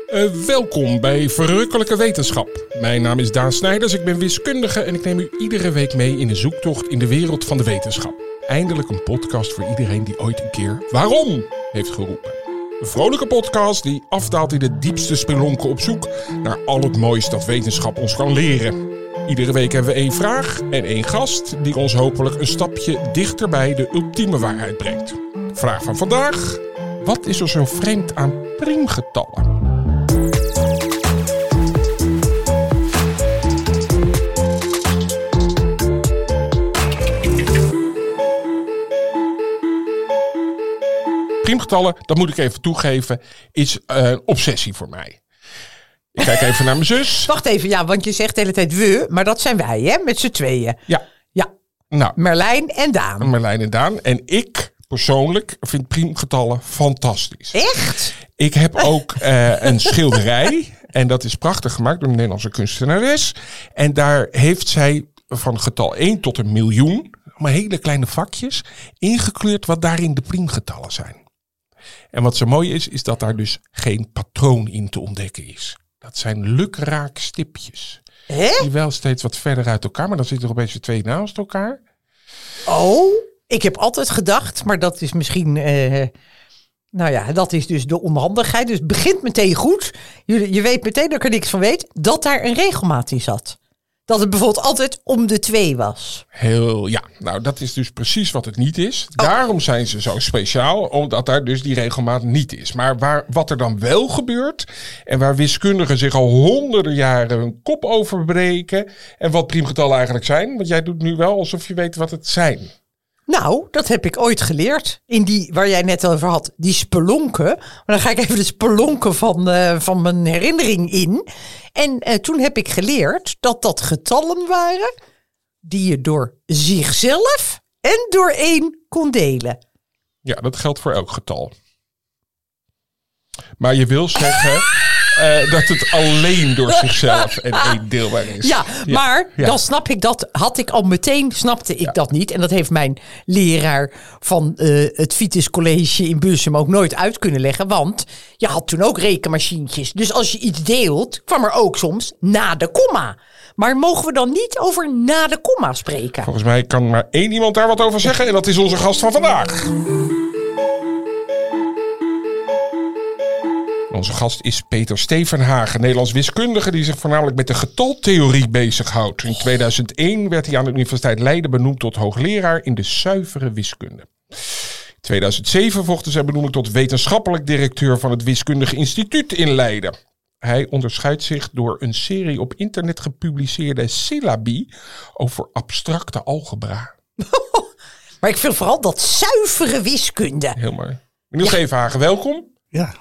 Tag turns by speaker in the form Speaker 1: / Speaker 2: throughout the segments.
Speaker 1: Welkom bij Verrukkelijke Wetenschap. Mijn naam is Daan Snijders, ik ben wiskundige en ik neem u iedere week mee in een zoektocht in de wereld van de wetenschap. Eindelijk een podcast voor iedereen die ooit een keer waarom heeft geroepen. Een vrolijke podcast die afdaalt in de diepste spelonken op zoek naar al het moois dat wetenschap ons kan leren. Iedere week hebben we 1 vraag en 1 gast die ons hopelijk een stapje dichter bij de ultieme waarheid brengt. Vraag van vandaag: wat is er zo vreemd aan priemgetallen? Priemgetallen, dat moet ik even toegeven, is een obsessie voor mij. Ik kijk even naar mijn zus.
Speaker 2: Wacht even, ja, want je zegt de hele tijd we, maar dat zijn wij, hè, met z'n tweeën.
Speaker 1: Ja. Nou,
Speaker 2: Merlijn en Daan.
Speaker 1: Merlijn en Daan. En ik persoonlijk vind priemgetallen fantastisch.
Speaker 2: Echt?
Speaker 1: Ik heb ook een schilderij. En dat is prachtig gemaakt door een Nederlandse kunstenares. En daar heeft zij van getal 1 tot 1 miljoen, maar hele kleine vakjes, ingekleurd wat daarin de priemgetallen zijn. En wat zo mooi is dat daar dus geen patroon in te ontdekken is. Dat zijn lukraak stipjes. Die wel steeds wat verder uit elkaar, maar dan zitten er opeens 2 naast elkaar.
Speaker 2: Oh, ik heb altijd gedacht, maar dat is misschien, dat is dus de onhandigheid. Dus het begint meteen goed. Je weet meteen dat ik er niks van weet, dat daar een regelmaat in zat. Dat het bijvoorbeeld altijd om de 2 was.
Speaker 1: Nou dat is dus precies wat het niet is. Daarom zijn ze zo speciaal, omdat daar dus die regelmaat niet is. Maar wat er dan wel gebeurt, en waar wiskundigen zich al honderden jaren hun kop over breken, en wat priemgetallen eigenlijk zijn, want jij doet nu wel alsof je weet wat het zijn.
Speaker 2: Nou, dat heb ik ooit geleerd. In die, waar jij net over had, die spelonken. Maar dan ga ik even de spelonken van mijn herinnering in. En toen heb ik geleerd dat getallen waren die je door zichzelf en door 1 kon delen.
Speaker 1: Ja, dat geldt voor elk getal. Maar je wil zeggen dat het alleen door zichzelf en 1 deelbaar is.
Speaker 2: Ja, maar dan snap ik dat. Snapte ik dat niet. En dat heeft mijn leraar van het Vitis College in Bussum ook nooit uit kunnen leggen. Want je had toen ook rekenmachientjes. Dus als je iets deelt, kwam er ook soms na de komma. Maar mogen we dan niet over na de komma spreken?
Speaker 1: Volgens mij kan maar 1 iemand daar wat over zeggen. En dat is onze gast van vandaag. Onze gast is Peter Stevenhagen, Nederlands wiskundige die zich voornamelijk met de getaltheorie bezighoudt. In 2001 werd hij aan de Universiteit Leiden benoemd tot hoogleraar in de zuivere wiskunde. In 2007 volgde zijn benoeming tot wetenschappelijk directeur van het Wiskundige Instituut in Leiden. Hij onderscheidt zich door een serie op internet gepubliceerde syllabi over abstracte algebra.
Speaker 2: Maar ik vind vooral dat zuivere wiskunde.
Speaker 1: Heel mooi. Meneer Stevenhagen, welkom.
Speaker 3: Ja.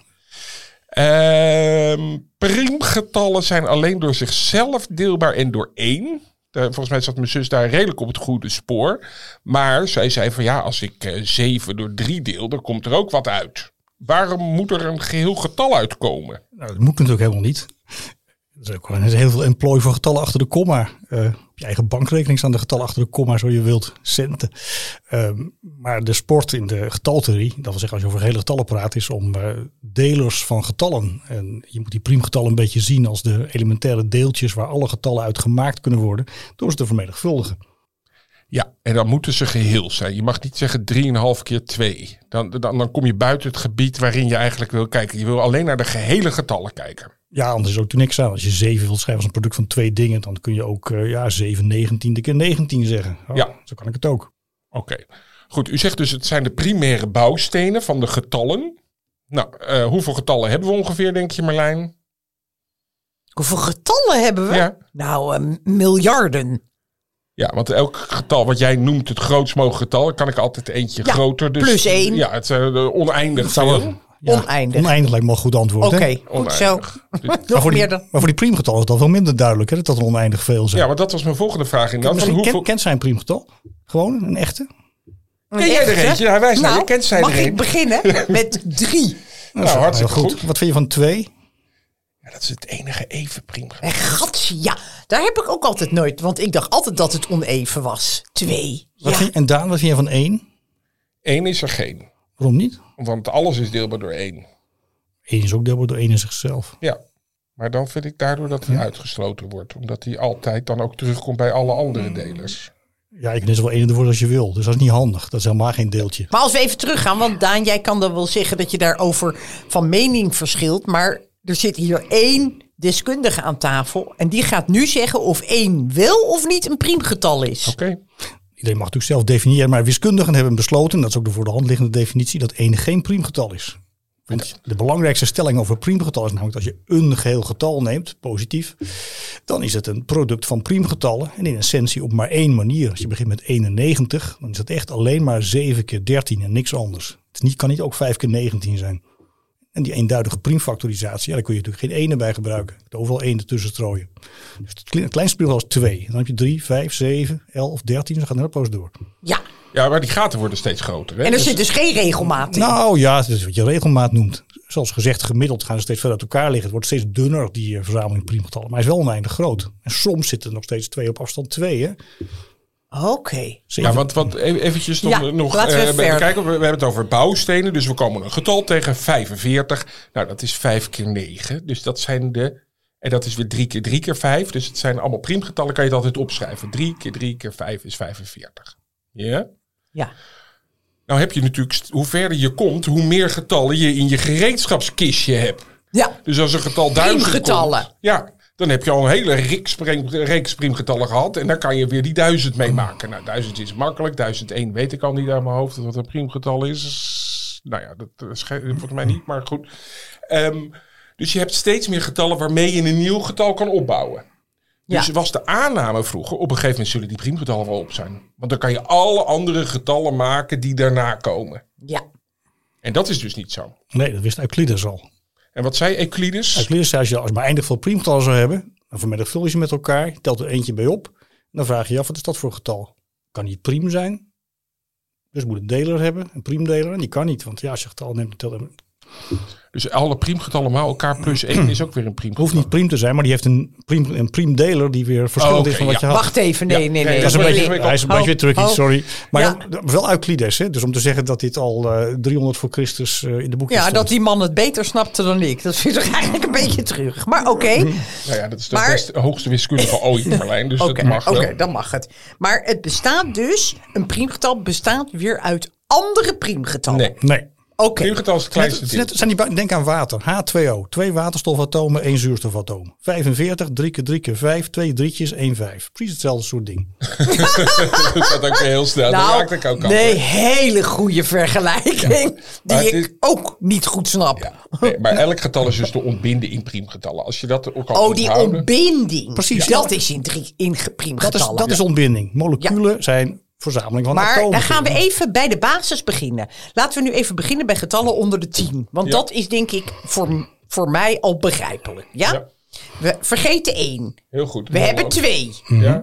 Speaker 1: Priemgetallen zijn alleen door zichzelf deelbaar en door 1. Volgens mij zat mijn zus daar redelijk op het goede spoor. Maar zij zei van als ik 7 door 3 deel, dan komt er ook wat uit. Waarom moet er een geheel getal uitkomen?
Speaker 3: Nou, dat moet natuurlijk helemaal niet. Er is ook gewoon heel veel employ voor getallen achter de komma. Op je eigen bankrekening staan de getallen achter de komma, zo je wilt, centen. Maar de sport in de getaltheorie, dat wil zeggen als je over hele getallen praat, is om delers van getallen. En je moet die priemgetallen een beetje zien als de elementaire deeltjes waar alle getallen uit gemaakt kunnen worden, door ze te vermenigvuldigen.
Speaker 1: Ja, en dan moeten ze geheel zijn. Je mag niet zeggen 3,5 keer 2. Dan kom je buiten het gebied waarin je eigenlijk wil kijken. Je wil alleen naar de gehele getallen kijken.
Speaker 3: Ja, anders is ook niks aan. Als je 7 wilt schrijven als een product van 2 dingen, dan kun je ook 7/19 keer 19 zeggen. Zo kan ik het ook.
Speaker 1: Oké. Goed, u zegt dus het zijn de primaire bouwstenen van de getallen. Nou, hoeveel getallen hebben we ongeveer, denk je, Marlijn?
Speaker 2: Hoeveel getallen hebben we?
Speaker 1: Ja.
Speaker 2: Nou, miljarden.
Speaker 1: Ja, want elk getal wat jij noemt het grootst mogelijke getal, dan kan ik altijd eentje groter. Dus,
Speaker 2: plus 1.
Speaker 1: Ja, het is oneindig veel.
Speaker 2: Oneindig.
Speaker 3: Oneindig lijkt me een goed antwoord.
Speaker 2: Oké, goed zo.
Speaker 3: Maar voor die priemgetallen is dat wel minder duidelijk, hè, dat er oneindig veel zijn.
Speaker 1: Ja, maar dat was mijn volgende vraag inderdaad.
Speaker 3: Kent zij een priemgetal? Gewoon een echte?
Speaker 1: Ken jij er eentje? Ja, wij zijn kent zij
Speaker 2: mag
Speaker 1: er een.
Speaker 2: ik beginnen met 3?
Speaker 3: Nou, hartstikke goed. Wat vind je van 2?
Speaker 1: Ja, dat is het enige even prima.
Speaker 2: Gatsie, ja. Daar heb ik ook altijd nooit. Want ik dacht altijd dat het oneven was. 2.
Speaker 3: En Daan, wat vind je van 1?
Speaker 1: 1 is er geen.
Speaker 3: Waarom niet?
Speaker 1: Want alles is deelbaar door 1.
Speaker 3: 1 is ook deelbaar door 1 in zichzelf.
Speaker 1: Ja, maar dan vind ik daardoor dat hij uitgesloten wordt. Omdat hij altijd dan ook terugkomt bij alle andere delers.
Speaker 3: Ja, je kunt er wel 1 ervoor als je wil. Dus dat is niet handig. Dat is helemaal geen deeltje.
Speaker 2: Maar als we even teruggaan, want Daan, jij kan dan wel zeggen dat je daarover van mening verschilt. Maar er zit hier 1 deskundige aan tafel. En die gaat nu zeggen of 1 wel of niet een priemgetal is.
Speaker 1: Oké.
Speaker 3: Iedereen mag natuurlijk zelf definiëren. Maar wiskundigen hebben besloten, dat is ook de voor de hand liggende definitie, dat 1 geen priemgetal is. Want de belangrijkste stelling over priemgetal is namelijk als je een geheel getal neemt, positief, dan is het een product van priemgetallen. En in essentie op maar 1 manier. Als je begint met 91, dan is het echt alleen maar 7 keer 13 en niks anders. Het kan niet ook 5 keer 19 zijn. En die eenduidige priemfactorisatie, daar kun je natuurlijk geen 1 bij gebruiken. Je kunt overal 1 ertussen strooien. Dus het kleinste priemgetal is 2. Dan heb je 3, 5, 7, 11, 13. Dan gaat het een poos door.
Speaker 2: Ja.
Speaker 1: Ja, maar die gaten worden steeds groter. Hè?
Speaker 2: En er zit dus geen regelmaat in.
Speaker 3: Nou ja, dat is wat je regelmaat noemt. Zoals gezegd, gemiddeld gaan ze steeds verder uit elkaar liggen. Het wordt steeds dunner, die verzameling priemgetallen. Maar hij is wel oneindig groot. En soms zitten er nog steeds 2 op afstand 2. Hè?
Speaker 2: Oké.
Speaker 1: Ja, want eventjes nog
Speaker 2: laten we
Speaker 1: kijken. We hebben het over bouwstenen. Dus we komen een getal tegen 45. Nou, dat is 5 keer 9. Dus dat zijn en dat is weer 3 keer 3 keer 5. Dus het zijn allemaal priemgetallen. Kan je het altijd opschrijven. 3 keer 3 keer 5 is 45. Ja?
Speaker 2: Ja.
Speaker 1: Nou heb je natuurlijk, hoe verder je komt, hoe meer getallen je in je gereedschapskistje hebt.
Speaker 2: Ja.
Speaker 1: Dus als een getal 1000
Speaker 2: Priemgetallen.
Speaker 1: komt, ja, dan heb je al een hele reeks priemgetallen gehad. En daar kan je weer die 1000 mee maken. Nou, 1000 is makkelijk. 1001 weet ik al niet uit mijn hoofd wat een priemgetal is. Nou ja, dat is volgens mij niet, maar goed. Dus je hebt steeds meer getallen waarmee je een nieuw getal kan opbouwen. Dus was de aanname vroeger, op een gegeven moment zullen die priemgetallen wel op zijn. Want dan kan je alle andere getallen maken die daarna komen.
Speaker 2: Ja.
Speaker 1: En dat is dus niet zo.
Speaker 3: Nee, dat wist Euclides al.
Speaker 1: En wat zei Euclides?
Speaker 3: Euclides zei, als je maar eindig veel priemgetallen zou hebben, dan vermenigvuldig je ze met elkaar, je telt er eentje bij op. Dan vraag je je af, wat is dat voor getal? Kan niet priem zijn. Dus moet een deler hebben, een priemdeler. En die kan niet, want ja, als je getal neemt, dan telt
Speaker 1: Dus alle priemgetallen maar elkaar plus 1 is ook weer een priemgetal.
Speaker 3: hoeft niet priem te zijn, maar die heeft een priemdeler die weer verschillend is van wat je had.
Speaker 2: Wacht even, nee.
Speaker 3: Dat is een beetje, hij is een beetje tricky, sorry. Maar
Speaker 2: Ja.
Speaker 3: wel Euclides, hè? Dus om te zeggen dat dit al 300 voor Christus in de boekjes
Speaker 2: Ja,
Speaker 3: stond.
Speaker 2: dat die man het beter snapte dan ik. Dat vind ik toch eigenlijk een beetje treurig. Maar oké.
Speaker 1: Nou ja, dat is de hoogste wiskundige ooit, Marlijn. Dus dat mag wel.
Speaker 2: Oké, dan mag het. Maar het bestaat dus, een priemgetal bestaat weer uit andere priemgetallen.
Speaker 1: Nee.
Speaker 2: Oké.
Speaker 1: Priemgetal is het kleinste deel.
Speaker 3: Denk aan water. H2O. 2 waterstofatomen, 1 zuurstofatoom. 45, 3 keer 3 keer 5, 2 drietjes, 1 5. Precies hetzelfde soort ding.
Speaker 1: Dat gaat ook heel snel. Dat raakt ik ook al.
Speaker 2: nee, hele goede vergelijking.
Speaker 1: Maar
Speaker 2: Die
Speaker 1: het
Speaker 2: ik ook niet goed snap.
Speaker 1: Ja, nee, maar elk getal is dus te ontbinden in priemgetallen. Als je dat ook al
Speaker 2: Die
Speaker 1: onthouden.
Speaker 2: ontbinding.
Speaker 3: Precies.
Speaker 2: Dat is in priemgetallen.
Speaker 3: Dat is ontbinding. Moleculen zijn verzameling van
Speaker 2: Maar
Speaker 3: atomen.
Speaker 2: dan gaan we even bij de basis beginnen. Laten we nu even beginnen bij getallen onder de 10. Want dat is denk ik voor mij al begrijpelijk. Ja?
Speaker 1: Ja.
Speaker 2: We vergeten 1.
Speaker 1: Heel goed.
Speaker 2: We hebben 2.
Speaker 1: Ja?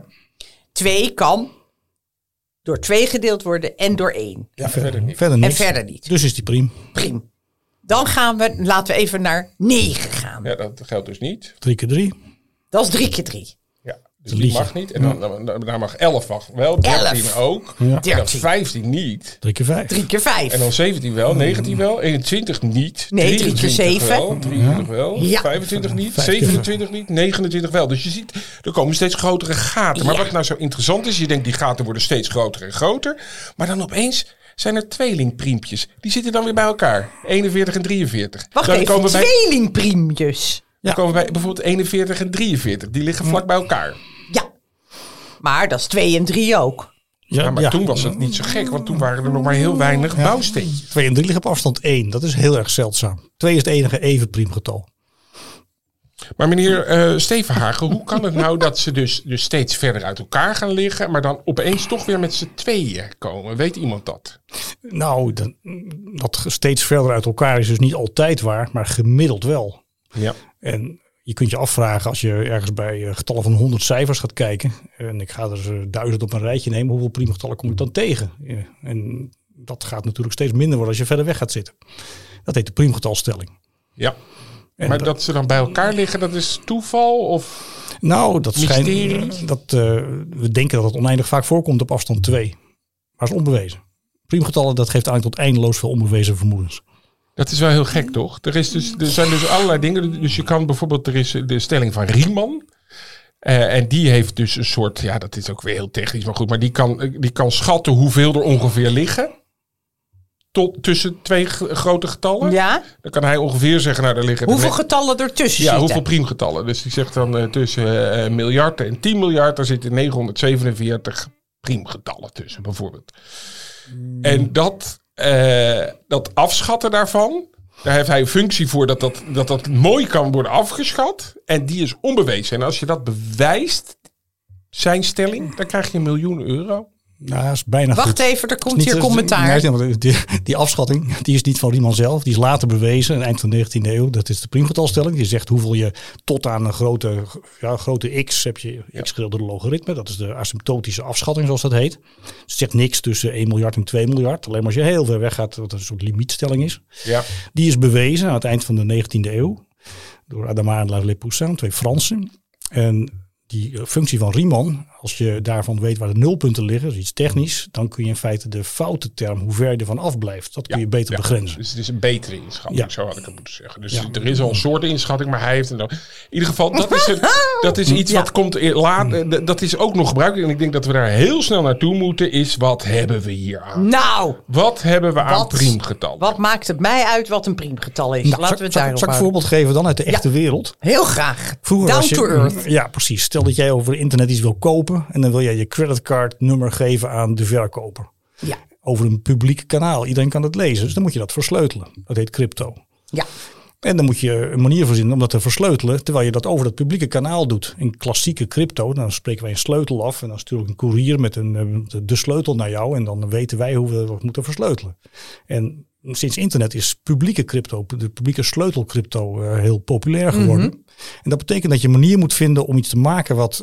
Speaker 2: 2 kan door 2 gedeeld worden en door 1.
Speaker 1: Ja, verder niet.
Speaker 3: Verder
Speaker 2: En
Speaker 3: niks.
Speaker 2: verder niet.
Speaker 3: Dus is die priem.
Speaker 2: Priem. Dan laten we even naar 9 gaan.
Speaker 1: Ja, dat geldt dus niet.
Speaker 3: 3 keer 3.
Speaker 2: Dat is 3 keer 3.
Speaker 1: Ja, dus
Speaker 3: Een
Speaker 1: die
Speaker 3: liedje.
Speaker 1: mag niet. En dan mag 11 wel. 13
Speaker 2: 11.
Speaker 1: ook.
Speaker 3: Ja.
Speaker 1: En dan
Speaker 2: 13.
Speaker 1: 15 niet.
Speaker 3: 3 keer 5.
Speaker 2: 3 keer 5.
Speaker 1: En dan 17 wel, 19 wel, 21 niet.
Speaker 2: Nee, 3 keer
Speaker 1: 23
Speaker 2: 7.
Speaker 1: wel, 23 wel,
Speaker 2: Ja.
Speaker 1: 25 niet,
Speaker 3: 5 keer
Speaker 1: 27 niet, 29 wel. Dus je ziet, er komen steeds grotere gaten. Maar
Speaker 2: Ja.
Speaker 1: wat nou zo interessant is, je denkt die gaten worden steeds groter en groter. Maar dan opeens zijn er tweelingpriempjes. Die zitten dan weer bij elkaar. 41 en 43.
Speaker 2: Wacht
Speaker 1: dan
Speaker 2: even,
Speaker 1: komen wij,
Speaker 2: tweelingpriemjes.
Speaker 1: dan komen wij bijvoorbeeld 41 en 43. Die liggen vlak bij elkaar.
Speaker 2: Ja. Maar dat is 2 en 3 ook.
Speaker 1: Ja, maar toen was het niet zo gek, want toen waren er nog maar heel weinig bouwsteentjes.
Speaker 3: 2 en 3 liggen op afstand 1. Dat is heel erg zeldzaam. 2 is het enige even priemgetal.
Speaker 1: Maar meneer Stevenhagen, hoe kan het nou dat ze dus steeds verder uit elkaar gaan liggen, maar dan opeens toch weer met z'n tweeën komen? Weet iemand dat?
Speaker 3: Nou, dat steeds verder uit elkaar is dus niet altijd waar, maar gemiddeld wel.
Speaker 1: Ja.
Speaker 3: En je kunt je afvragen als je ergens bij getallen van 100 cijfers gaat kijken. En ik ga er 1000 op een rijtje nemen. Hoeveel priemgetallen kom ik dan tegen? Ja, en dat gaat natuurlijk steeds minder worden als je verder weg gaat zitten. Dat heet de priemgetalstelling.
Speaker 1: Ja.
Speaker 3: En
Speaker 1: Maar dat ze dan bij elkaar liggen, dat is toeval? Of?
Speaker 3: Nou, dat schijnt.
Speaker 1: Mysterie?
Speaker 3: We denken dat het oneindig vaak voorkomt op afstand 2. Maar is onbewezen. Priemgetallen, dat geeft eigenlijk tot eindeloos veel onbewezen vermoedens.
Speaker 1: Dat is wel heel gek, toch? Er zijn dus allerlei dingen. Dus je kan bijvoorbeeld, er is de stelling van Riemann. En die heeft dus een soort, ja, dat is ook weer heel technisch, maar goed. Maar die kan schatten hoeveel er ongeveer liggen. Tussen twee grote getallen.
Speaker 2: Ja.
Speaker 1: Dan kan hij ongeveer zeggen, nou, daar liggen...
Speaker 2: Hoeveel getallen ertussen zitten?
Speaker 1: Ja, hoeveel priemgetallen. Dus die zegt dan tussen miljard en 10 miljard, daar zitten 947 priemgetallen tussen, bijvoorbeeld. En dat afschatten daarvan, daar heeft hij een functie voor dat mooi kan worden afgeschat. En die is onbewezen. En als je dat bewijst, zijn stelling, dan krijg je €1 miljoen.
Speaker 3: Nou, dat is bijna
Speaker 2: Wacht
Speaker 3: goed.
Speaker 2: even, er komt hier commentaar.
Speaker 3: Die afschatting, die is niet van Riemann zelf. Die is later bewezen, aan het eind van de 19e eeuw. Dat is de priemgetalstelling. Die zegt hoeveel je tot aan een grote x heb je x gedeeld door de logaritme. Dat is de asymptotische afschatting, zoals dat heet. Dus het zegt niks tussen 1 miljard en 2 miljard. Alleen maar als je heel ver weg gaat, wat een soort limietstelling is. Ja. Die is bewezen aan het eind van de 19e eeuw. Door Adama en Lavillée-Poussin, 2 Fransen. En die functie van Riemann, als je daarvan weet waar de nulpunten liggen, dus iets technisch, dan kun je in feite de foute term, hoe ver je ervan afblijft, dat kun je beter begrenzen.
Speaker 1: Dus het is een betere inschatting, zo had ik het moeten zeggen. Dus er is al een soort inschatting, maar hij heeft het nog. In ieder geval, dat is iets wat komt later. Dat is ook nog gebruikelijk. En ik denk dat we daar heel snel naartoe moeten, is wat hebben we hier aan?
Speaker 2: Nou!
Speaker 1: Wat hebben we aan priemgetallen?
Speaker 2: Wat maakt het mij uit wat een priemgetal is?
Speaker 3: Nou,
Speaker 2: Laten we het daarop
Speaker 3: Zal ik een voorbeeld geven dan uit de echte wereld?
Speaker 2: Heel graag.
Speaker 3: Vroeger
Speaker 2: Down to earth.
Speaker 3: Ja, precies. Stel dat jij over internet iets wil kopen en dan wil jij je creditcardnummer geven aan de verkoper. Ja. Over een publiek kanaal. Iedereen kan het lezen, dus dan moet je dat versleutelen. Dat heet crypto. Ja. En dan moet je een manier verzinnen om dat te versleutelen, terwijl je dat over dat publieke kanaal doet. In klassieke crypto, dan spreken wij een sleutel af en dan stuur ik een koerier met de sleutel naar jou en dan weten wij hoe we moeten versleutelen. En sinds internet is publieke crypto, de publieke sleutelcrypto heel populair geworden. Mm-hmm. En dat betekent dat je een manier moet vinden om iets te maken wat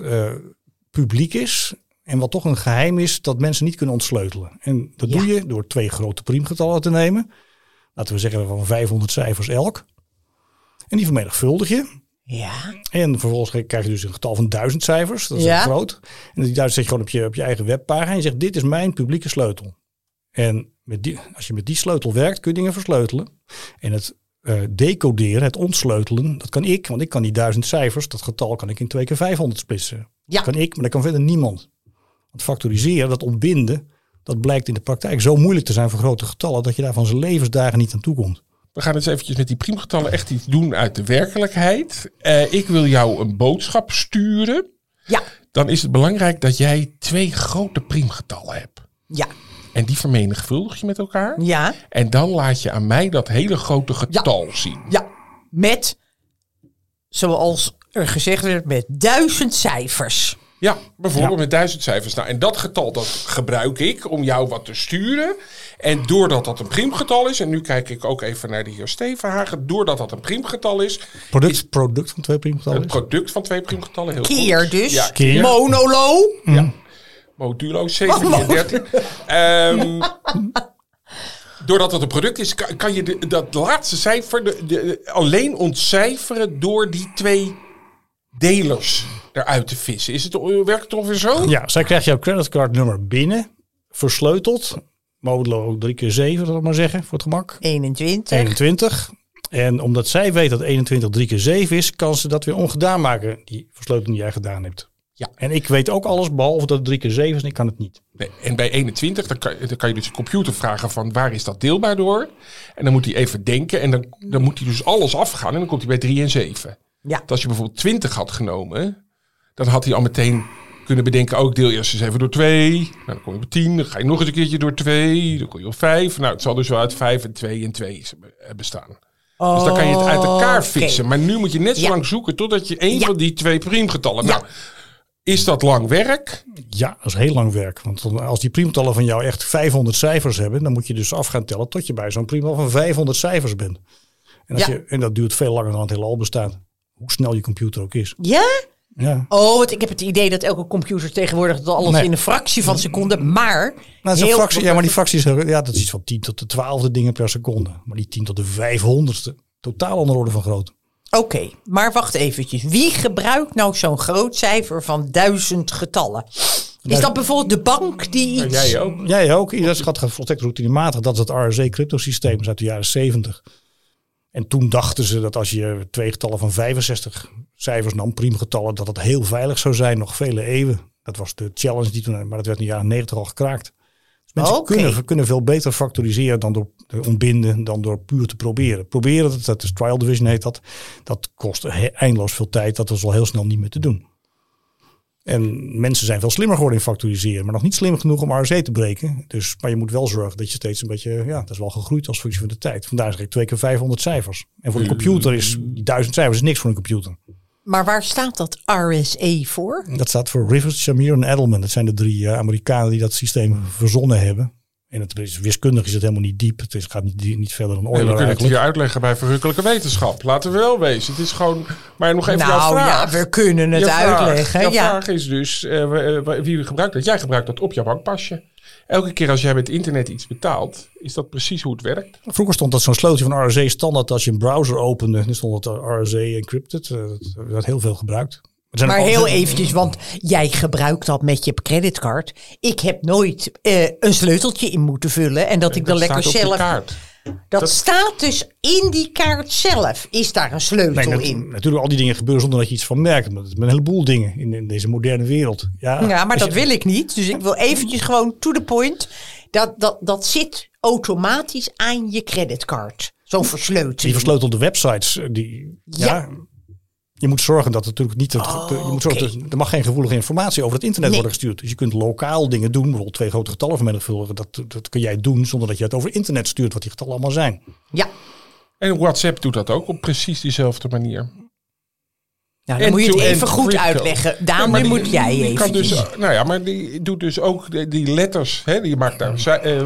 Speaker 3: publiek is en wat toch een geheim is dat mensen niet kunnen ontsleutelen. En dat doe je door 2 grote priemgetallen te nemen. Laten we zeggen van 500 cijfers elk. En die vermenigvuldig je. Ja. En vervolgens krijg je dus een getal van 1000 cijfers. Dat is heel groot. En die 1000 zet je gewoon op je eigen webpagina. En je zegt, dit is mijn publieke sleutel. En als je met die sleutel werkt, kun je dingen versleutelen. En het decoderen, het ontsleutelen, dat kan ik. Want ik kan die 1000 cijfers, dat getal kan ik in 2 keer 500 splitsen. Ja. Dat kan ik, maar dat kan verder niemand. Want factoriseren, dat ontbinden, dat blijkt in de praktijk zo moeilijk te zijn voor grote getallen, dat je daar van zijn levensdagen niet aan toe komt.
Speaker 1: We gaan eens eventjes met die priemgetallen echt iets doen uit de werkelijkheid. Ik wil jou een boodschap sturen. Ja. Dan is het belangrijk dat jij 2 grote priemgetallen hebt. Ja. En die vermenigvuldig je met elkaar. Ja. En dan laat je aan mij dat hele grote getal zien.
Speaker 2: Ja. Met, zoals er gezegd werd, met 1000 cijfers.
Speaker 1: Ja, bijvoorbeeld met 1000 cijfers. Nou, en dat getal dat gebruik ik om jou wat te sturen. En doordat dat een priemgetal is, en nu kijk ik ook even naar de heer Stevenhagen. Doordat dat een priemgetal is.
Speaker 3: Product van 2 priemgetallen.
Speaker 1: Het product van 2 priemgetallen. Heel
Speaker 2: keer
Speaker 1: goed.
Speaker 2: dus.
Speaker 1: Ja, keer.
Speaker 2: Monolo.
Speaker 1: Ja. Modulo 7 keer 13. Doordat het een product is, kan je dat laatste cijfer alleen ontcijferen door die 2 delers eruit te vissen. Werkt het ongeveer zo?
Speaker 3: Ja, zij krijgt jouw creditcardnummer binnen, versleuteld. Modulo 3 keer 7, zal ik maar zeggen, voor het gemak. 21. En omdat zij weet dat 21 3 keer 7 is, kan ze dat weer ongedaan maken, die versleuteling die jij gedaan hebt. Ja. En ik weet ook alles, behalve dat het 3 keer 7 is en ik kan het niet.
Speaker 1: Nee, en bij 21, dan kan je dus de computer vragen van waar is dat deelbaar door? En dan moet hij even denken en dan moet hij dus alles afgaan en dan komt hij bij 3 en 7. Ja. Als je bijvoorbeeld 20 had genomen, dan had hij al meteen kunnen bedenken, ook deel eerst eens even door 2. Nou, dan kom je op 10, dan ga je nog eens een keertje door 2, dan kom je op 5. Nou, het zal dus wel uit 5 en 2 en 2 bestaan. Oh, dus dan kan je het uit elkaar vissen. Maar nu moet je net zo lang zoeken totdat je één van die 2 priemgetallen... Nou, is dat lang werk?
Speaker 3: Ja, dat is heel lang werk. Want als die priemgetallen van jou echt 500 cijfers hebben, dan moet je dus af gaan tellen tot je bij zo'n priemgetal van 500 cijfers bent. En, en dat duurt veel langer dan het heelal bestaat. Hoe snel je computer ook is.
Speaker 2: Ja? Ja. Oh, want ik heb het idee dat elke computer tegenwoordig dat alles in een fractie van seconde, maar...
Speaker 3: Nou, heel fractie, maar die fractie is, dat is iets van 10 tot de 12e dingen per seconde. Maar die 10 tot de 500ste, totaal andere orde van grootte.
Speaker 2: Oké, maar wacht eventjes. Wie gebruikt nou zo'n groot cijfer van 1000 getallen? Is dat bijvoorbeeld de bank die iets...
Speaker 3: Jij ook. Dat gaat volstrekt routinematig. Dat is het RSA-cryptosysteem uit de jaren 70. En toen dachten ze dat als je 2 getallen van 65 cijfers nam, priemgetallen, dat het heel veilig zou zijn, nog vele eeuwen. Dat was de challenge die toen, maar dat werd in de jaren 90 al gekraakt. Dus mensen kunnen veel beter factoriseren dan door te ontbinden, dan door puur te proberen. Proberen, dat is trial division heet dat. Dat kost eindeloos veel tijd. Dat is al heel snel niet meer te doen. En mensen zijn veel slimmer geworden in factoriseren, maar nog niet slim genoeg om RSA te breken. Dus, maar je moet wel zorgen dat je steeds een beetje, dat is wel gegroeid als functie van de tijd. Vandaar zeg ik 2 keer 500 cijfers. En voor een computer is 1000 cijfers is niks voor een computer.
Speaker 2: Maar waar staat dat RSA voor?
Speaker 3: Dat staat voor Rivers, Shamir en Edelman. Dat zijn de 3 Amerikanen die dat systeem verzonnen hebben. En het is wiskundig is het helemaal niet diep. Het gaat niet verder dan Euler.
Speaker 1: We kunnen het hier uitleggen bij verrukkelijke wetenschap. Laten we wel wezen. Het is gewoon. Maar nog even jouw vraag.
Speaker 2: Ja, we kunnen het uitleggen.
Speaker 1: Jouw vraag is dus wie gebruikt dat? Jij gebruikt dat op jouw bankpasje. Elke keer als jij met internet iets betaalt, is dat precies hoe het werkt.
Speaker 3: Vroeger stond dat zo'n sleuteltje van RSA standaard als je een browser opende. Dan stond het RSA encrypted. Dat werd heel veel gebruikt.
Speaker 2: Maar heel eventjes, want jij gebruikt dat met je creditcard. Ik heb nooit een sleuteltje in moeten vullen. En dat ik dan lekker zelf... Dat staat dus in die kaart zelf. Is daar een sleutel in?
Speaker 3: Natuurlijk, al die dingen gebeuren zonder dat je iets van merkt. Maar het is een heleboel dingen in deze moderne wereld.
Speaker 2: Ja, maar dat wil ik niet. Dus ik wil eventjes gewoon to the point. Dat zit automatisch aan je creditcard. Zo'n versleuteling.
Speaker 3: Die versleutelde websites. Je moet zorgen dat het natuurlijk niet... Er mag geen gevoelige informatie over het internet worden gestuurd. Dus je kunt lokaal dingen doen. Bijvoorbeeld 2 grote getallen vermenigvuldigen. Dat kun jij doen zonder dat je het over internet stuurt. Wat die getallen allemaal zijn.
Speaker 2: Ja.
Speaker 1: En WhatsApp doet dat ook op precies diezelfde manier.
Speaker 2: Nou, dan moet je het even goed uitleggen. Daan, nu moet jij even.
Speaker 1: Dus, maar die doet dus ook die letters. Hè, die maakt daar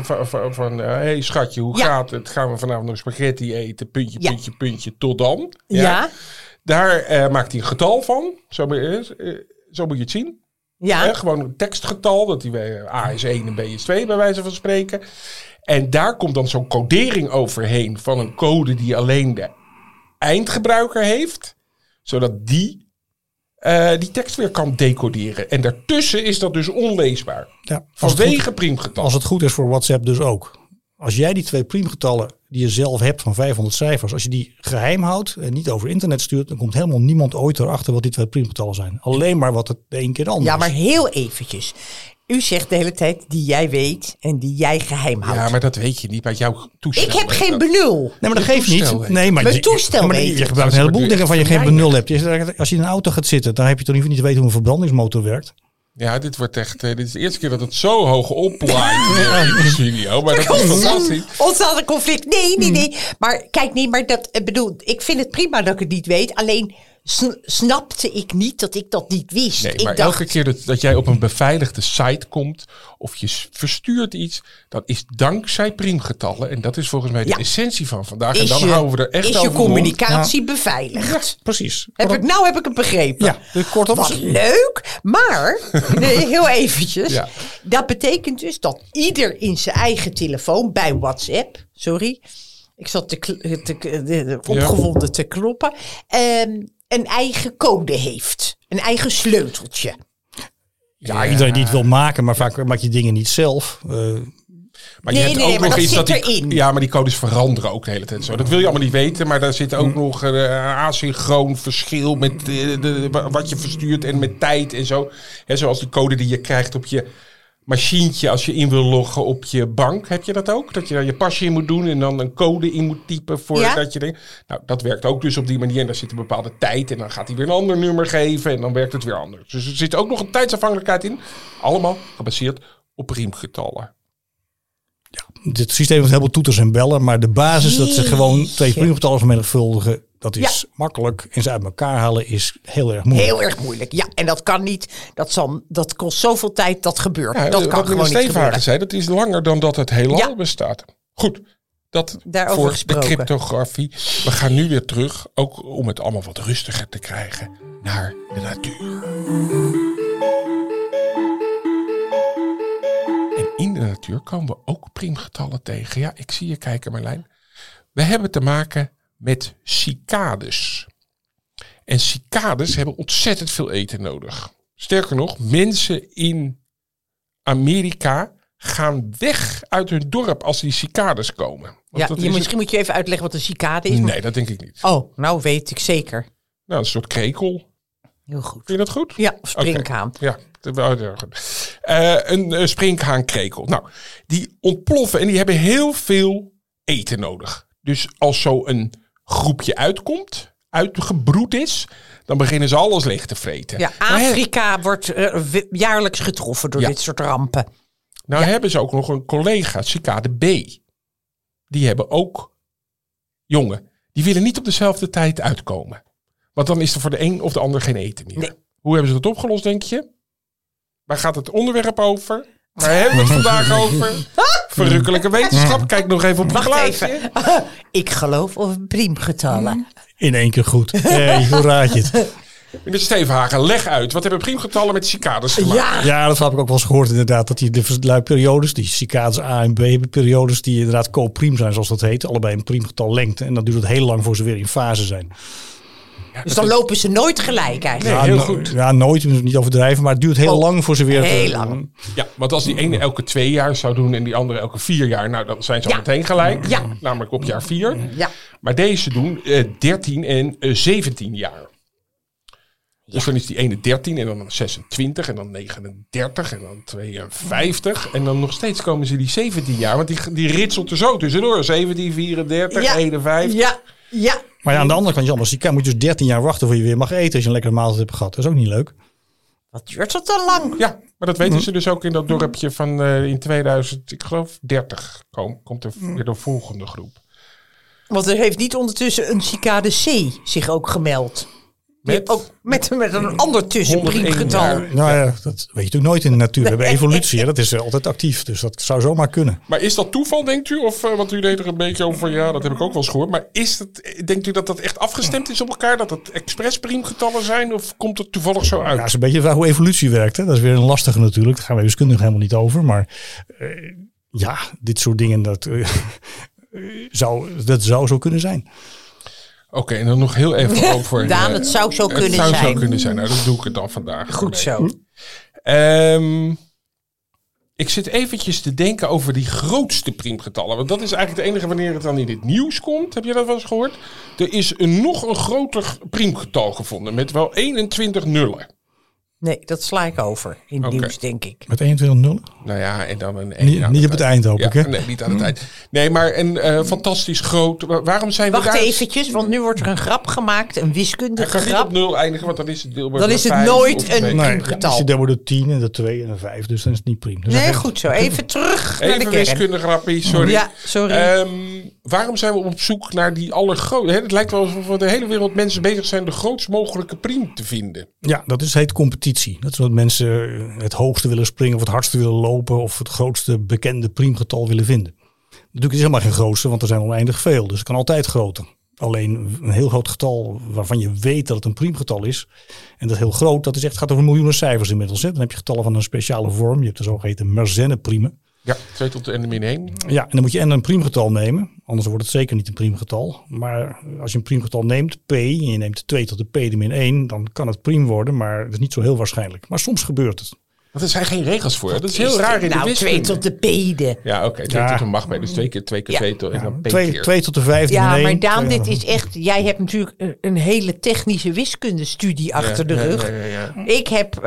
Speaker 1: van hey schatje, hoe gaat het? Gaan we vanavond nog spaghetti eten? Puntje, tot dan. Ja. Daar maakt hij een getal van. Zo moet je het zien. Ja. Gewoon een tekstgetal. Dat die A is 1 en B is 2 bij wijze van spreken. En daar komt dan zo'n codering overheen van een code die alleen de eindgebruiker heeft. Zodat die tekst weer kan decoderen. En daartussen is dat dus onleesbaar. Ja, vanwege priemgetallen.
Speaker 3: Als het goed is voor WhatsApp dus ook. Als jij die 2 priemgetallen die je zelf hebt van 500 cijfers, als je die geheim houdt en niet over internet stuurt, dan komt helemaal niemand ooit erachter wat die 2 priemgetallen zijn. Alleen maar wat het de een keer de ander is.
Speaker 2: Ja, maar heel eventjes. U zegt de hele tijd die jij weet en die jij geheim houdt.
Speaker 1: Ja, maar dat weet je niet bij jouw toestel.
Speaker 2: Ik heb geen benul.
Speaker 3: Nee, maar dat geeft niet. Nee, maar
Speaker 2: mijn toestel weet
Speaker 3: je gebruikt een heleboel dingen van je geen benul hebt. Als je in een auto gaat zitten, dan heb je toch niet te weten hoe een verbrandingsmotor werkt.
Speaker 1: Ja, dit is de eerste keer dat het zo hoog oplaait in de studio. Maar dat is fantastisch.
Speaker 2: Ontstaat een conflict. Nee. Maar kijk, ik vind het prima dat ik het niet weet. Alleen snapte ik niet dat ik dat niet wist.
Speaker 1: Nee, maar elke keer dat jij op een beveiligde site komt of je verstuurt iets, dat is dankzij priemgetallen. En dat is volgens mij de essentie van vandaag. En dan houden we er echt over.
Speaker 2: Is je communicatie beveiligd?
Speaker 3: Ja, precies.
Speaker 2: Heb ik het begrepen.
Speaker 3: Ja, dus kortom.
Speaker 2: Wat leuk. Maar, heel eventjes. Ja. Dat betekent dus dat ieder in zijn eigen telefoon bij WhatsApp, ik zat opgewonden te kloppen, een eigen code heeft. Een eigen sleuteltje.
Speaker 3: Ja, iedereen die het wil maken, maar vaak maak je dingen niet zelf.
Speaker 1: Maar je hebt ook nog iets dat erin. Ja, maar die codes veranderen ook de hele tijd zo. Dat wil je allemaal niet weten, maar daar zit ook nog een asynchroon verschil met wat je verstuurt en met tijd en zo. He, zoals de code die je krijgt op je machientje als je in wil loggen op je bank. Heb je dat ook? Dat je daar je pasje in moet doen en dan een code in moet typen voordat je denkt. Nou, dat werkt ook dus op die manier. En daar zit een bepaalde tijd en dan gaat hij weer een ander nummer geven en dan werkt het weer anders. Dus er zit ook nog een tijdsafhankelijkheid in. Allemaal gebaseerd op priemgetallen.
Speaker 3: Ja, dit systeem heeft heel veel toeters en bellen, maar de basis dat ze gewoon 2 priemgetallen vermenigvuldigen, dat is makkelijk. En ze uit elkaar halen is heel erg moeilijk.
Speaker 2: Heel erg moeilijk, ja. En dat kan niet. Dat kost zoveel tijd, dat gebeurt. Ja, dat kan gewoon niet gebeuren.
Speaker 1: Zei, dat is langer dan dat het heelal bestaat. Goed, dat
Speaker 2: daarover
Speaker 1: voor
Speaker 2: gesproken.
Speaker 1: De cryptografie. We gaan nu weer terug, ook om het allemaal wat rustiger te krijgen, naar de natuur. En in de natuur komen we ook priemgetallen tegen. Ja, ik zie je kijken, Marlijn. We hebben te maken met cicades. En cicades hebben ontzettend veel eten nodig. Sterker nog, mensen in Amerika gaan weg uit hun dorp als die cicades komen. Want dat is
Speaker 2: misschien moet je even uitleggen wat een cicade is.
Speaker 1: Nee, dat denk ik niet.
Speaker 2: Oh, nou weet ik zeker.
Speaker 1: Nou, een soort krekel.
Speaker 2: Heel goed.
Speaker 1: Vind je dat goed?
Speaker 2: Ja, sprinkhaan.
Speaker 1: Okay. Ja, een sprinkhaankreken. Nou, die ontploffen en die hebben heel veel eten nodig. Dus als zo een groepje uitgebroed is, dan beginnen ze alles leeg te vreten.
Speaker 2: Ja, Afrika wordt jaarlijks getroffen door dit soort rampen.
Speaker 1: Nou hebben ze ook nog een collega, cicade B. Die hebben ook jongen. Die willen niet op dezelfde tijd uitkomen. Want dan is er voor de een of de ander geen eten meer. Nee. Hoe hebben ze dat opgelost, denk je? Waar gaat het onderwerp over? Waar hebben we het vandaag over? Verrukkelijke wetenschap. Kijk nog even op het glaasje.
Speaker 2: Ik geloof over priemgetallen.
Speaker 3: In één keer goed. Hoe raad je het?
Speaker 1: Meneer Stevenhagen, leg uit. Wat hebben priemgetallen met cicades gemaakt?
Speaker 3: Ja, dat heb ik ook wel eens gehoord inderdaad. Dat die de periodes, die cicades A en B periodes, die inderdaad copriem zijn zoals dat heet. Allebei een priemgetal lengte. En dan duurt het heel lang voor ze weer in fase zijn.
Speaker 2: Ja, dus dan lopen ze nooit gelijk eigenlijk.
Speaker 1: Nee, heel goed.
Speaker 3: Ja, nooit. Je moet het niet overdrijven. Maar het duurt heel lang voor ze weer...
Speaker 2: Heel lang.
Speaker 1: Ja, want als die ene elke 2 jaar zou doen en die andere elke 4 jaar... nou, dan zijn ze al meteen gelijk. Ja. Namelijk op jaar 4. Ja. Maar deze doen 13 en 17 jaar. Dus dan is die ene 13 en dan 26 en dan 39 en dan 52. En dan nog steeds komen ze die 17 jaar. Want die ritselt er zo tussendoor. 17, 34, 51.
Speaker 2: Ja.
Speaker 3: Maar ja, aan de andere kant, Jan, moet je dus 13 jaar wachten voor je weer mag eten als je een lekkere maaltijd hebt gehad. Dat is ook niet leuk.
Speaker 2: Wat duurt dat dan lang?
Speaker 1: Ja, maar dat weten ze dus ook in dat dorpje van in 2030 komt er weer de volgende groep.
Speaker 2: Want er heeft niet ondertussen een cicade C zich ook gemeld. Met een ander tussenpriemgetal.
Speaker 3: Nou ja, dat weet je natuurlijk nooit in de natuur. We hebben evolutie, dat is altijd actief. Dus dat zou zomaar kunnen.
Speaker 1: Maar is dat toeval, denkt u? Of want u deed er een beetje over, ja, dat heb ik ook wel eens gehoord. Maar denkt u dat dat echt afgestemd is op elkaar? Dat het expres priemgetallen zijn? Of komt het toevallig zo uit?
Speaker 3: Ja, dat is een beetje de vraag hoe evolutie werkt. Hè? Dat is weer een lastige natuurlijk. Daar gaan we wiskundig helemaal niet over. Maar dit soort dingen, dat zou zo kunnen zijn.
Speaker 1: Oké, en dan nog heel even over...
Speaker 2: Daan, het zou zo kunnen zijn.
Speaker 1: Het zou zo kunnen zijn. Nou, dat doe ik het dan vandaag.
Speaker 2: Goed zo.
Speaker 1: Ik zit eventjes te denken over die grootste priemgetallen. Want dat is eigenlijk het enige wanneer het dan in het nieuws komt. Heb je dat wel eens gehoord? Er is nog een groter priemgetal gevonden. Met wel 21 nullen.
Speaker 2: Nee, dat sla ik over in het nieuws, denk ik.
Speaker 3: Met 21 nullen?
Speaker 1: Nou ja, en dan een...
Speaker 3: Niet op het eind, hoop ik, hè?
Speaker 1: Nee, niet aan het eind. Nee, maar een fantastisch groot... Waarom zijn we daar...
Speaker 2: Wacht eventjes, want nu wordt er een grap gemaakt. Een wiskundige grap.
Speaker 1: Hij gaat niet op 0 eindigen, want dan is het deelbaar
Speaker 2: door 5. Dan is het nooit een priemgetal.
Speaker 3: Als je deelbaar door 10 en de 2 en de 5, dus dan is het niet priem. Dus
Speaker 2: nee, goed zo. Even terug naar de kern.
Speaker 1: Even wiskundige grappie, sorry.
Speaker 2: Ja, sorry.
Speaker 1: Waarom zijn we op zoek naar die allergrootste... Het lijkt wel alsof de hele wereld mensen bezig zijn de grootst mogelijke priem te vinden.
Speaker 3: Ja, dat heet competitie. Dat is wat mensen het hoogste willen springen of het hardste willen lopen of het grootste bekende priemgetal willen vinden. Natuurlijk is het helemaal geen grootste, want er zijn oneindig veel. Dus het kan altijd groter. Alleen een heel groot getal waarvan je weet dat het een priemgetal is. En dat heel groot, dat is echt, gaat over miljoenen cijfers inmiddels. Hè. Dan heb je getallen van een speciale vorm. Je hebt de zogeheten Mersenne-priemen.
Speaker 1: Ja, 2 tot de n-1.
Speaker 3: Ja, en dan moet je een priemgetal nemen. Anders wordt het zeker niet een priemgetal. Maar als je een priemgetal neemt, p, en je neemt 2 tot de p-1, dan kan het priem worden. Maar dat is niet zo heel waarschijnlijk. Maar soms gebeurt het.
Speaker 1: Want er zijn geen regels voor. Dat is heel raar in de wiskunde.
Speaker 2: 2 tot de p-de.
Speaker 1: Ja, oké. 2 tot de macht bij. Dus 2 keer 2 en dan p keer.
Speaker 3: 2 tot de 5.
Speaker 2: Ja, maar Daan, dit is echt... Jij hebt natuurlijk een hele technische wiskundestudie achter de rug. Ja. Ik heb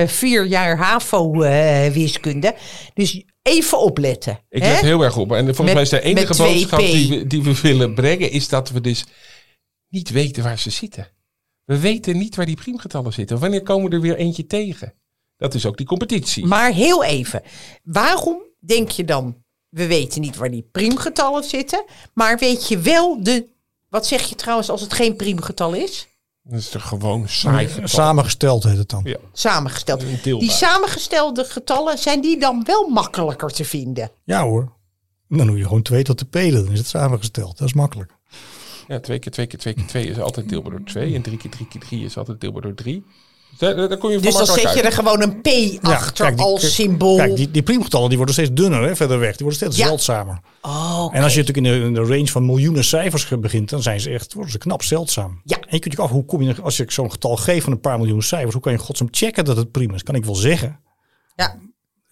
Speaker 2: 4 jaar HAVO-wiskunde. Dus even opletten.
Speaker 1: Ik let heel erg op. En volgens mij is de enige boodschap die we willen brengen... is dat we dus niet weten waar ze zitten. We weten niet waar die priemgetallen zitten. Wanneer komen er weer eentje tegen? Dat is ook die competitie.
Speaker 2: Maar heel even. Waarom denk je dan... we weten niet waar die priemgetallen zitten... maar weet je wel de... wat zeg je trouwens als het geen priemgetal is?
Speaker 1: Dat is toch gewoon saai getal.
Speaker 3: Samengesteld heet het dan. Ja.
Speaker 2: Samengesteld. Die samengestelde getallen, zijn die dan wel makkelijker te vinden?
Speaker 3: Ja hoor. Dan doe je gewoon 2 tot de p, dan is het samengesteld. Dat is makkelijk.
Speaker 1: Ja, 2 keer 2 keer 2 keer 2 is altijd deelbaar door 2. En 3 keer 3 keer 3 is altijd deelbaar door 3. Daar kon je
Speaker 2: dus dan zet je er gewoon een p achter als symbool.
Speaker 3: Kijk, die priemgetallen die worden steeds dunner, hè, verder weg. Die worden steeds zeldzamer.
Speaker 2: Oh, okay.
Speaker 3: En als je natuurlijk in de range van miljoenen cijfers begint, dan worden ze knap zeldzaam.
Speaker 2: Ja.
Speaker 3: En je kunt je af, hoe kom je, als ik zo'n getal geef van een paar miljoen cijfers, hoe kan je godsnaam checken dat het priem is? Kan ik wel zeggen.
Speaker 2: Ja.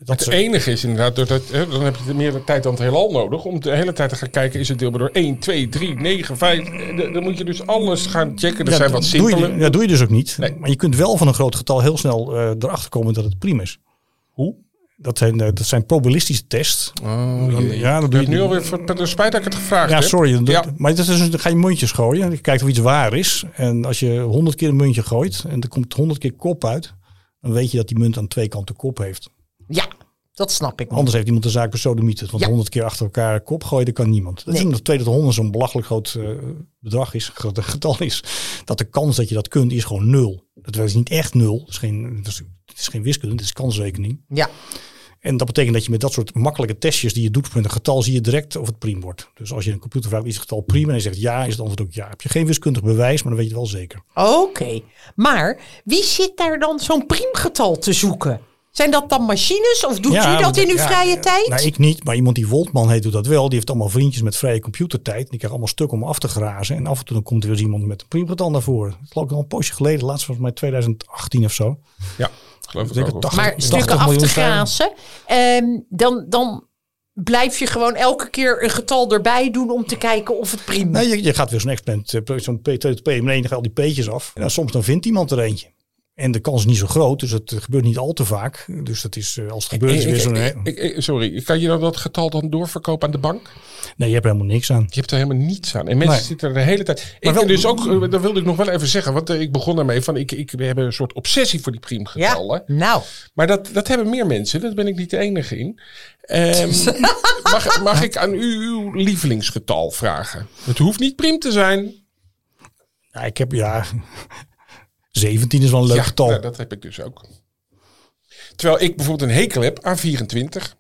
Speaker 1: Het enige is inderdaad, dan heb je meer de tijd dan het heelal nodig. Om de hele tijd te gaan kijken, is het deelbaar door 1, 2, 3, 9, 5. Dan moet je dus alles gaan checken. Er zijn wat simpele.
Speaker 3: Dat doe je dus ook niet.
Speaker 1: Nee.
Speaker 3: Maar je kunt wel van een groot getal heel snel erachter komen dat het prima is.
Speaker 1: Hoe?
Speaker 3: Dat zijn probabilistische tests.
Speaker 1: Dat doe je nu alweer. Het spijt dat ik het gevraagd heb.
Speaker 3: Ja, sorry. Maar dat is dus, dan ga je muntjes gooien. Je kijkt of iets waar is. En als je 100 keer een muntje gooit en er komt 100 keer kop uit, dan weet je dat die munt aan 2 kanten kop heeft.
Speaker 2: Ja, dat snap ik.
Speaker 3: Anders heeft iemand de zaak besodemieterd. Want 100 keer achter elkaar kop gooien, dat kan niemand. Dat is omdat 2 tot 100 zo'n belachelijk groot bedrag is, groot getal is. Dat de kans dat je dat kunt, is gewoon 0. Dat is niet echt 0. Het is geen wiskunde, het is kansrekening.
Speaker 2: Ja.
Speaker 3: En dat betekent dat je met dat soort makkelijke testjes die je doet met een getal, zie je direct of het priem wordt. Dus als je een computer vraagt, is het getal priem? En hij zegt ja, is het antwoord ook ja. Heb je geen wiskundig bewijs, maar dan weet je het wel zeker.
Speaker 2: Oké. Maar wie zit daar dan zo'n priemgetal te zoeken? Zijn dat dan machines of doet u dat in uw vrije tijd?
Speaker 3: Nou, ik niet, maar iemand die Woltman heet doet dat wel. Die heeft allemaal vriendjes met vrije computertijd. Die krijgen allemaal stukken om af te grazen. En af en toe dan komt er weer eens iemand met een priemgetal naar voren. Dat geloof ik al een poosje geleden. Laatst was het mij 2018 of zo.
Speaker 1: Ja, geloof ik ook.
Speaker 2: Maar stukken af te grazen, dan blijf je gewoon elke keer een getal erbij doen om te kijken of het prima is.
Speaker 3: Nee, je gaat weer zo'n experiment, zo'n P2P, al die P'tjes af. En dan soms dan vindt iemand er eentje. En de kans is niet zo groot, dus het gebeurt niet al te vaak. Dus dat is, als het gebeurt, is weer zo'n...
Speaker 1: Sorry, kan je dat getal dan doorverkopen aan de bank?
Speaker 3: Nee, je hebt er helemaal niks aan.
Speaker 1: Je hebt er helemaal niets aan. En mensen zitten er de hele tijd... Dus ook, dat wilde ik nog wel even zeggen, want ik begon daarmee van... We hebben een soort obsessie voor die priemgetallen.
Speaker 2: Ja, nou.
Speaker 1: Maar dat hebben meer mensen, daar ben ik niet de enige in. Mag ik aan u uw lievelingsgetal vragen? Het hoeft niet priem te zijn.
Speaker 3: Ja, ik heb... 17 is wel een leuk getal.
Speaker 1: Ja, dat heb ik dus ook. Terwijl ik bijvoorbeeld een hekel heb aan 24.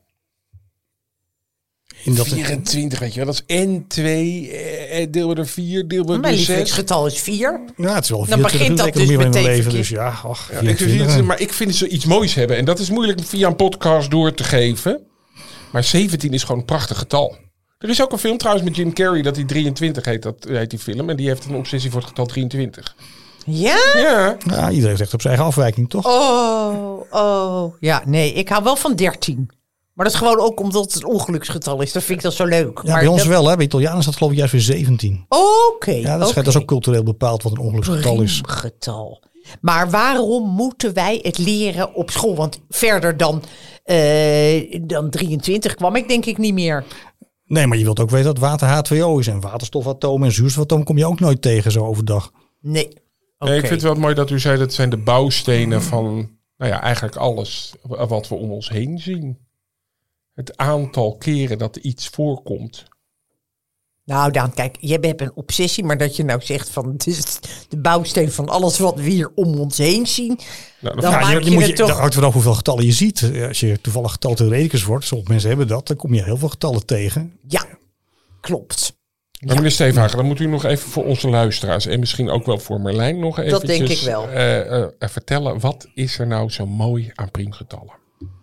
Speaker 1: 24, weet je wel. Dat is N2, deel door 4, deel door 6.
Speaker 2: Mijn lievelingsgetal is 4.
Speaker 3: Ja, het is wel 24.
Speaker 2: Dan begint dat dus meteen
Speaker 3: leven, dus
Speaker 1: maar ik vind ze iets moois hebben. En dat is moeilijk via een podcast door te geven. Maar 17 is gewoon een prachtig getal. Er is ook een film trouwens met Jim Carrey dat hij 23 heet. Dat heet die film. En die heeft een obsessie voor het getal 23.
Speaker 2: Ja?
Speaker 3: Ja, iedereen zegt op zijn eigen afwijking, toch?
Speaker 2: Oh. Ja, nee, ik hou wel van 13. Maar dat is gewoon ook omdat het een ongeluksgetal is. Dat vind ik dat zo leuk.
Speaker 3: Ja,
Speaker 2: maar
Speaker 3: bij ons wel, hè. Bij Italianen is dat geloof ik juist weer 17.
Speaker 2: Oké.
Speaker 3: Ja, dat is ook cultureel bepaald wat een ongeluksgetal is.
Speaker 2: Getal. Maar waarom moeten wij het leren op school? Want verder dan 23 kwam ik denk ik niet meer.
Speaker 3: Nee, maar je wilt ook weten dat water H2O is. En waterstofatomen en zuurstofatomen kom je ook nooit tegen zo overdag.
Speaker 2: Nee.
Speaker 1: Okay. Ik vind het wel mooi dat u zei dat zijn de bouwstenen van eigenlijk alles wat we om ons heen zien. Het aantal keren dat iets voorkomt.
Speaker 2: Nou Daan, kijk, je hebt een obsessie, maar dat je nou zegt van het is de bouwsteen van alles wat we hier om ons heen zien.
Speaker 3: Nou, dan maak je het toch... Dat hangt vanaf hoeveel getallen je ziet. Als je toevallig getaltheoreticus wordt, sommige mensen hebben dat, dan kom je heel veel getallen tegen.
Speaker 2: Ja, klopt.
Speaker 1: Maar meneer Steenhagen, dan moet u nog even voor onze luisteraars en misschien ook wel voor Merlijn nog even.
Speaker 2: Dat denk ik wel.
Speaker 1: Vertellen, wat is er nou zo mooi aan priemgetallen?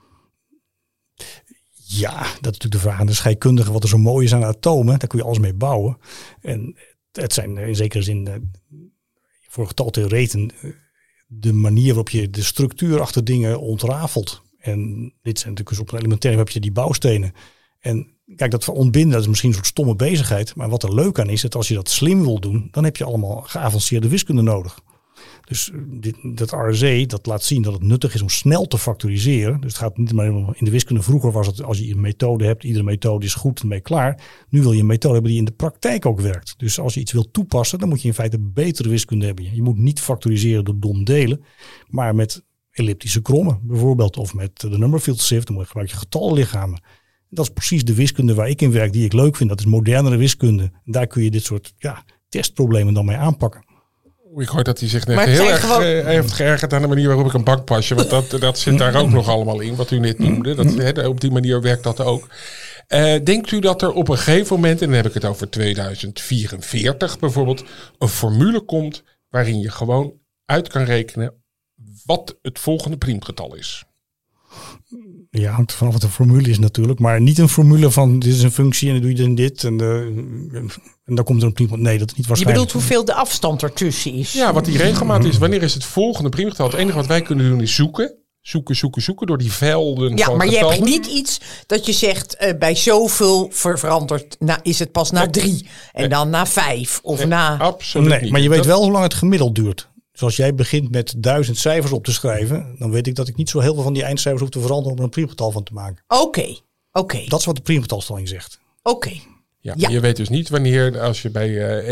Speaker 3: Ja, dat is natuurlijk de vraag aan de scheikundige wat er zo mooi is aan atomen. Daar kun je alles mee bouwen. En het zijn in zekere zin voor getaltheoreten de manier waarop je de structuur achter dingen ontrafelt. En dit zijn natuurlijk op een elementair heb je die bouwstenen. En kijk, dat ontbinden, dat is misschien een soort stomme bezigheid. Maar wat er leuk aan is, dat als je dat slim wil doen, dan heb je allemaal geavanceerde wiskunde nodig. Dus dat RSA, dat laat zien dat het nuttig is om snel te factoriseren. Dus het gaat niet maar om in de wiskunde. Vroeger was het als je een methode hebt, iedere methode is goed en ben je klaar. Nu wil je een methode hebben die in de praktijk ook werkt. Dus als je iets wilt toepassen, dan moet je in feite betere wiskunde hebben. Je moet niet factoriseren door dom delen, maar met elliptische krommen bijvoorbeeld. Of met de numberfield sieve, dan gebruik je getallichamen. Dat is precies de wiskunde waar ik in werk, die ik leuk vind. Dat is modernere wiskunde. En daar kun je dit soort testproblemen dan mee aanpakken.
Speaker 1: Ik hoor dat hij zich net heel erg heeft geërgerd aan de manier waarop ik een bank pasje. Want dat zit daar ook nog allemaal in, wat u net noemde. Op die manier werkt dat ook. Denkt u dat er op een gegeven moment, en dan heb ik het over 2044 bijvoorbeeld, een formule komt waarin je gewoon uit kan rekenen wat het volgende priemgetal is?
Speaker 3: Ja, hangt vanaf wat de formule is natuurlijk. Maar niet een formule van dit is een functie en dan doe je dan dit. En dan komt er een priemgetal. Nee, dat is niet waarschijnlijk.
Speaker 2: Je bedoelt hoeveel de afstand ertussen is?
Speaker 1: Ja, wat die regelmaat is. Wanneer is het volgende priemgetal? Het enige wat wij kunnen doen is zoeken. zoeken door die velden
Speaker 2: Ja,
Speaker 1: van
Speaker 2: maar
Speaker 1: getallen.
Speaker 2: je hebt niet iets dat je zegt bij zoveel verandert. Is het pas na 3 en dan na 5 of na...
Speaker 1: Absoluut
Speaker 3: Nee,
Speaker 1: niet.
Speaker 3: maar je weet wel hoe lang het gemiddeld duurt. Dus als jij begint met 1000 cijfers op te schrijven, dan weet ik dat ik niet zo heel veel van die eindcijfers hoef te veranderen om er een priemgetal van te maken.
Speaker 2: Oké.
Speaker 3: Dat is wat de priemgetalstelling zegt.
Speaker 2: Oké.
Speaker 1: Ja,
Speaker 2: Ja.
Speaker 1: Je weet dus niet wanneer, als je bij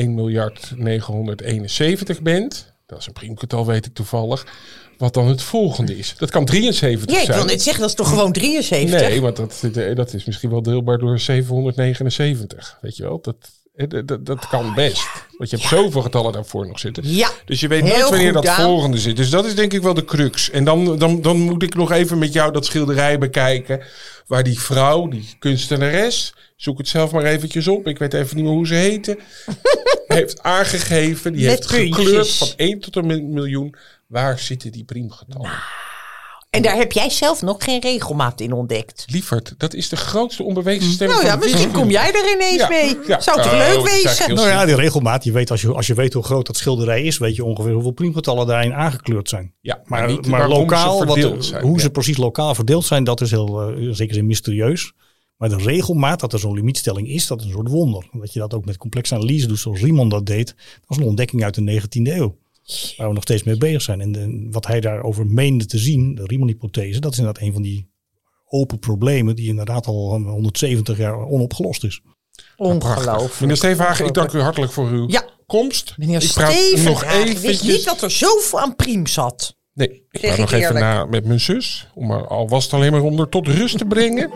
Speaker 1: 1.971 bent, dat is een priemgetal, weet ik toevallig, wat dan het volgende is. Dat kan 73
Speaker 2: Ja, ik
Speaker 1: zijn.
Speaker 2: wil net zeggen, dat is toch gewoon 73?
Speaker 1: Nee, want dat is misschien wel deelbaar door 779. Weet je wel, dat kan best. Want je hebt zoveel getallen daarvoor nog zitten.
Speaker 2: Ja,
Speaker 1: Dus je weet
Speaker 2: heel
Speaker 1: nooit wanneer
Speaker 2: goed,
Speaker 1: dat
Speaker 2: Daan.
Speaker 1: volgende zit. Dus dat is denk ik wel de crux. En dan moet ik nog even met jou dat schilderij bekijken. Waar die vrouw, die kunstenares, zoek het zelf maar eventjes op. Ik weet even niet meer hoe ze heette. heeft aangegeven, die
Speaker 2: Met
Speaker 1: heeft gekleurd
Speaker 2: puntjes.
Speaker 1: van 1 tot een miljoen. Waar zitten die priemgetallen?
Speaker 2: En daar heb jij zelf nog geen regelmaat in ontdekt.
Speaker 1: Lieverd, dat is de grootste onbewezen stelling
Speaker 2: Nou ja,
Speaker 1: van de
Speaker 2: misschien kom
Speaker 1: wiskunde.
Speaker 2: jij er ineens
Speaker 1: Ja,
Speaker 2: mee.
Speaker 1: ja.
Speaker 2: Zou toch
Speaker 1: Oh,
Speaker 2: leuk
Speaker 1: dat is eigenlijk
Speaker 2: wezen?
Speaker 1: heel
Speaker 3: Nou ja, die regelmaat, je weet als je weet hoe groot dat schilderij is, weet je ongeveer hoeveel priemgetallen daarin aangekleurd zijn.
Speaker 1: Ja,
Speaker 3: Maar
Speaker 1: niet
Speaker 3: maar
Speaker 1: waarom
Speaker 3: lokaal,
Speaker 1: ze verdeeld zijn.
Speaker 3: hoe
Speaker 1: Ja.
Speaker 3: ze precies lokaal verdeeld zijn, dat is heel zeker zin mysterieus. Maar de regelmaat, dat er zo'n limietstelling is, dat is een soort wonder. Dat je dat ook met complexe analyse doet, zoals Riemann dat deed. Dat is een ontdekking uit de 19e eeuw. Waar we nog steeds mee bezig zijn. En wat hij daarover meende te zien, de Riemann-hypothese, dat is inderdaad een van die open problemen die inderdaad al 170 jaar onopgelost is.
Speaker 2: Ongelooflijk.
Speaker 1: Meneer Steenhagen, ik dank u hartelijk voor uw
Speaker 2: Ja.
Speaker 1: komst.
Speaker 2: Meneer
Speaker 1: ik praat nog
Speaker 2: Steenhagen, ik wist
Speaker 1: eventjes.
Speaker 2: niet dat er zoveel aan priem zat.
Speaker 1: Nee, ik
Speaker 2: Zeg
Speaker 1: ga nog
Speaker 2: ik
Speaker 1: even
Speaker 2: eerlijk.
Speaker 1: na met mijn zus. Al was het alleen maar om er tot rust te brengen.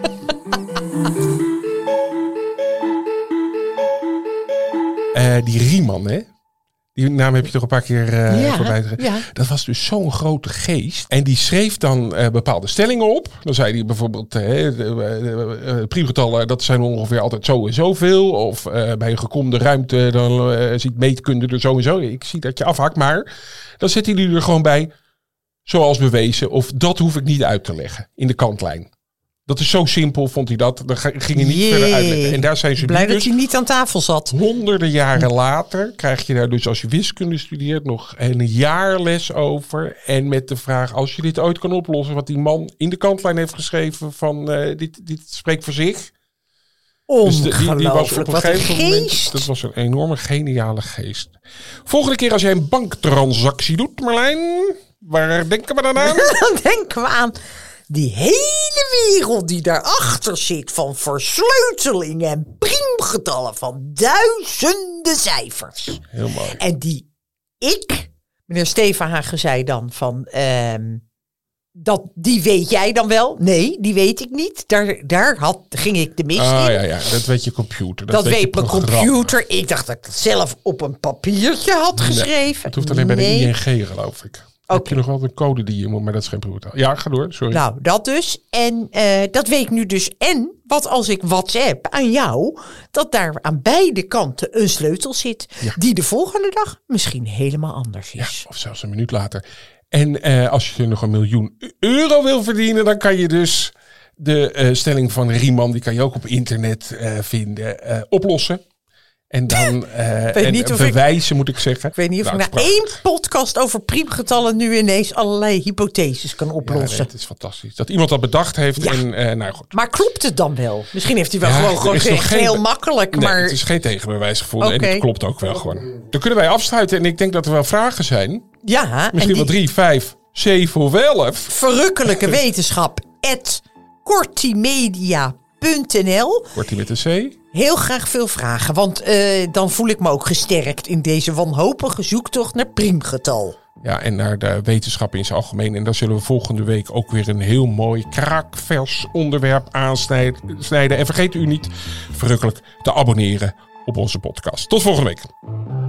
Speaker 1: Die Riemann, hè? Die naam heb je toch een paar keer voorbij gegeven.
Speaker 2: ja.
Speaker 1: Dat was dus zo'n grote geest. En die schreef dan bepaalde stellingen op. Dan zei hij bijvoorbeeld, priemgetallen, dat zijn ongeveer altijd zo en zoveel. Of bij een gekromde ruimte, dan ziet meetkunde er zo en zo. Ik zie dat je afhakt, maar dan zet hij er gewoon bij, zoals bewezen. Of dat hoef ik niet uit te leggen in de kantlijn. Dat is zo simpel, vond hij dat. Dan ging hij niet verder uitleggen. En daar zijn ze
Speaker 2: Blij
Speaker 1: nu
Speaker 2: dat
Speaker 1: dus
Speaker 2: hij niet aan tafel zat.
Speaker 1: honderden jaren later krijg je daar dus, als je wiskunde studeert, nog een jaar les over. En met de vraag, als je dit ooit kan oplossen, wat die man in de kantlijn heeft geschreven van dit spreekt voor zich. Dus die was op een
Speaker 2: wat een
Speaker 1: gegeven moment,
Speaker 2: geest.
Speaker 1: dat was een enorme geniale geest. Volgende keer als jij een banktransactie doet, Marlijn, waar denken we dan aan?
Speaker 2: Dan denken we aan die hele wereld die daarachter zit van versleuteling en priemgetallen van duizenden cijfers.
Speaker 1: Heel mooi.
Speaker 2: En meneer Steenhagen zei dan van, die weet jij dan wel? Nee, die weet ik niet. Daar ging ik de mis in.
Speaker 1: Ja, dat weet je computer.
Speaker 2: Dat weet mijn
Speaker 1: programma.
Speaker 2: computer. Ik dacht dat ik het zelf op een papiertje had geschreven.
Speaker 1: Het hoeft alleen bij de
Speaker 2: Nee.
Speaker 1: ING, geloof ik. Heb je nog wel een code die je moet, maar dat is geen priemgetal. Ja, ga door, sorry.
Speaker 2: Nou, dat dus. En dat weet ik nu dus. En wat als ik WhatsApp aan jou, dat daar aan beide kanten een sleutel zit, die de volgende dag misschien helemaal anders is.
Speaker 1: Of zelfs een minuut later. En als je nog €1 miljoen wil verdienen, dan kan je dus de stelling van Riemann, die kan je ook op internet vinden, oplossen. En dan bewijzen, moet ik zeggen.
Speaker 2: Ik weet niet of
Speaker 1: Nou,
Speaker 2: ik
Speaker 1: het
Speaker 2: na
Speaker 1: is
Speaker 2: 1 podcast over priemgetallen nu ineens allerlei hypotheses kan
Speaker 1: prachtig. Ja,
Speaker 2: oplossen.
Speaker 1: nee, het is fantastisch. Dat iemand dat bedacht heeft.
Speaker 2: Ja.
Speaker 1: En nou goed.
Speaker 2: Maar klopt het dan wel? Misschien heeft hij wel
Speaker 1: Ja,
Speaker 2: gewoon
Speaker 1: er is nog
Speaker 2: gezegd,
Speaker 1: geen-
Speaker 2: heel makkelijk.
Speaker 1: Nee,
Speaker 2: maar
Speaker 1: het is geen tegenbewijs gevonden.
Speaker 2: Oké.
Speaker 1: En het klopt ook wel gewoon. Dan kunnen wij afsluiten. En ik denk dat er wel vragen zijn.
Speaker 2: ja,
Speaker 1: Misschien
Speaker 2: en
Speaker 1: wel
Speaker 2: die
Speaker 1: 3, 5, 7 of 11.
Speaker 2: verrukkelijke wetenschap @kortimedia.nl.
Speaker 1: Wordt die met een C?
Speaker 2: Heel graag veel vragen, want dan voel ik me ook gesterkt in deze wanhopige zoektocht naar priemgetal.
Speaker 1: Ja, en naar de wetenschap in zijn algemeen. En daar zullen we volgende week ook weer een heel mooi kraakvers onderwerp aansnijden. En vergeet u niet verrukkelijk te abonneren op onze podcast. Tot volgende week.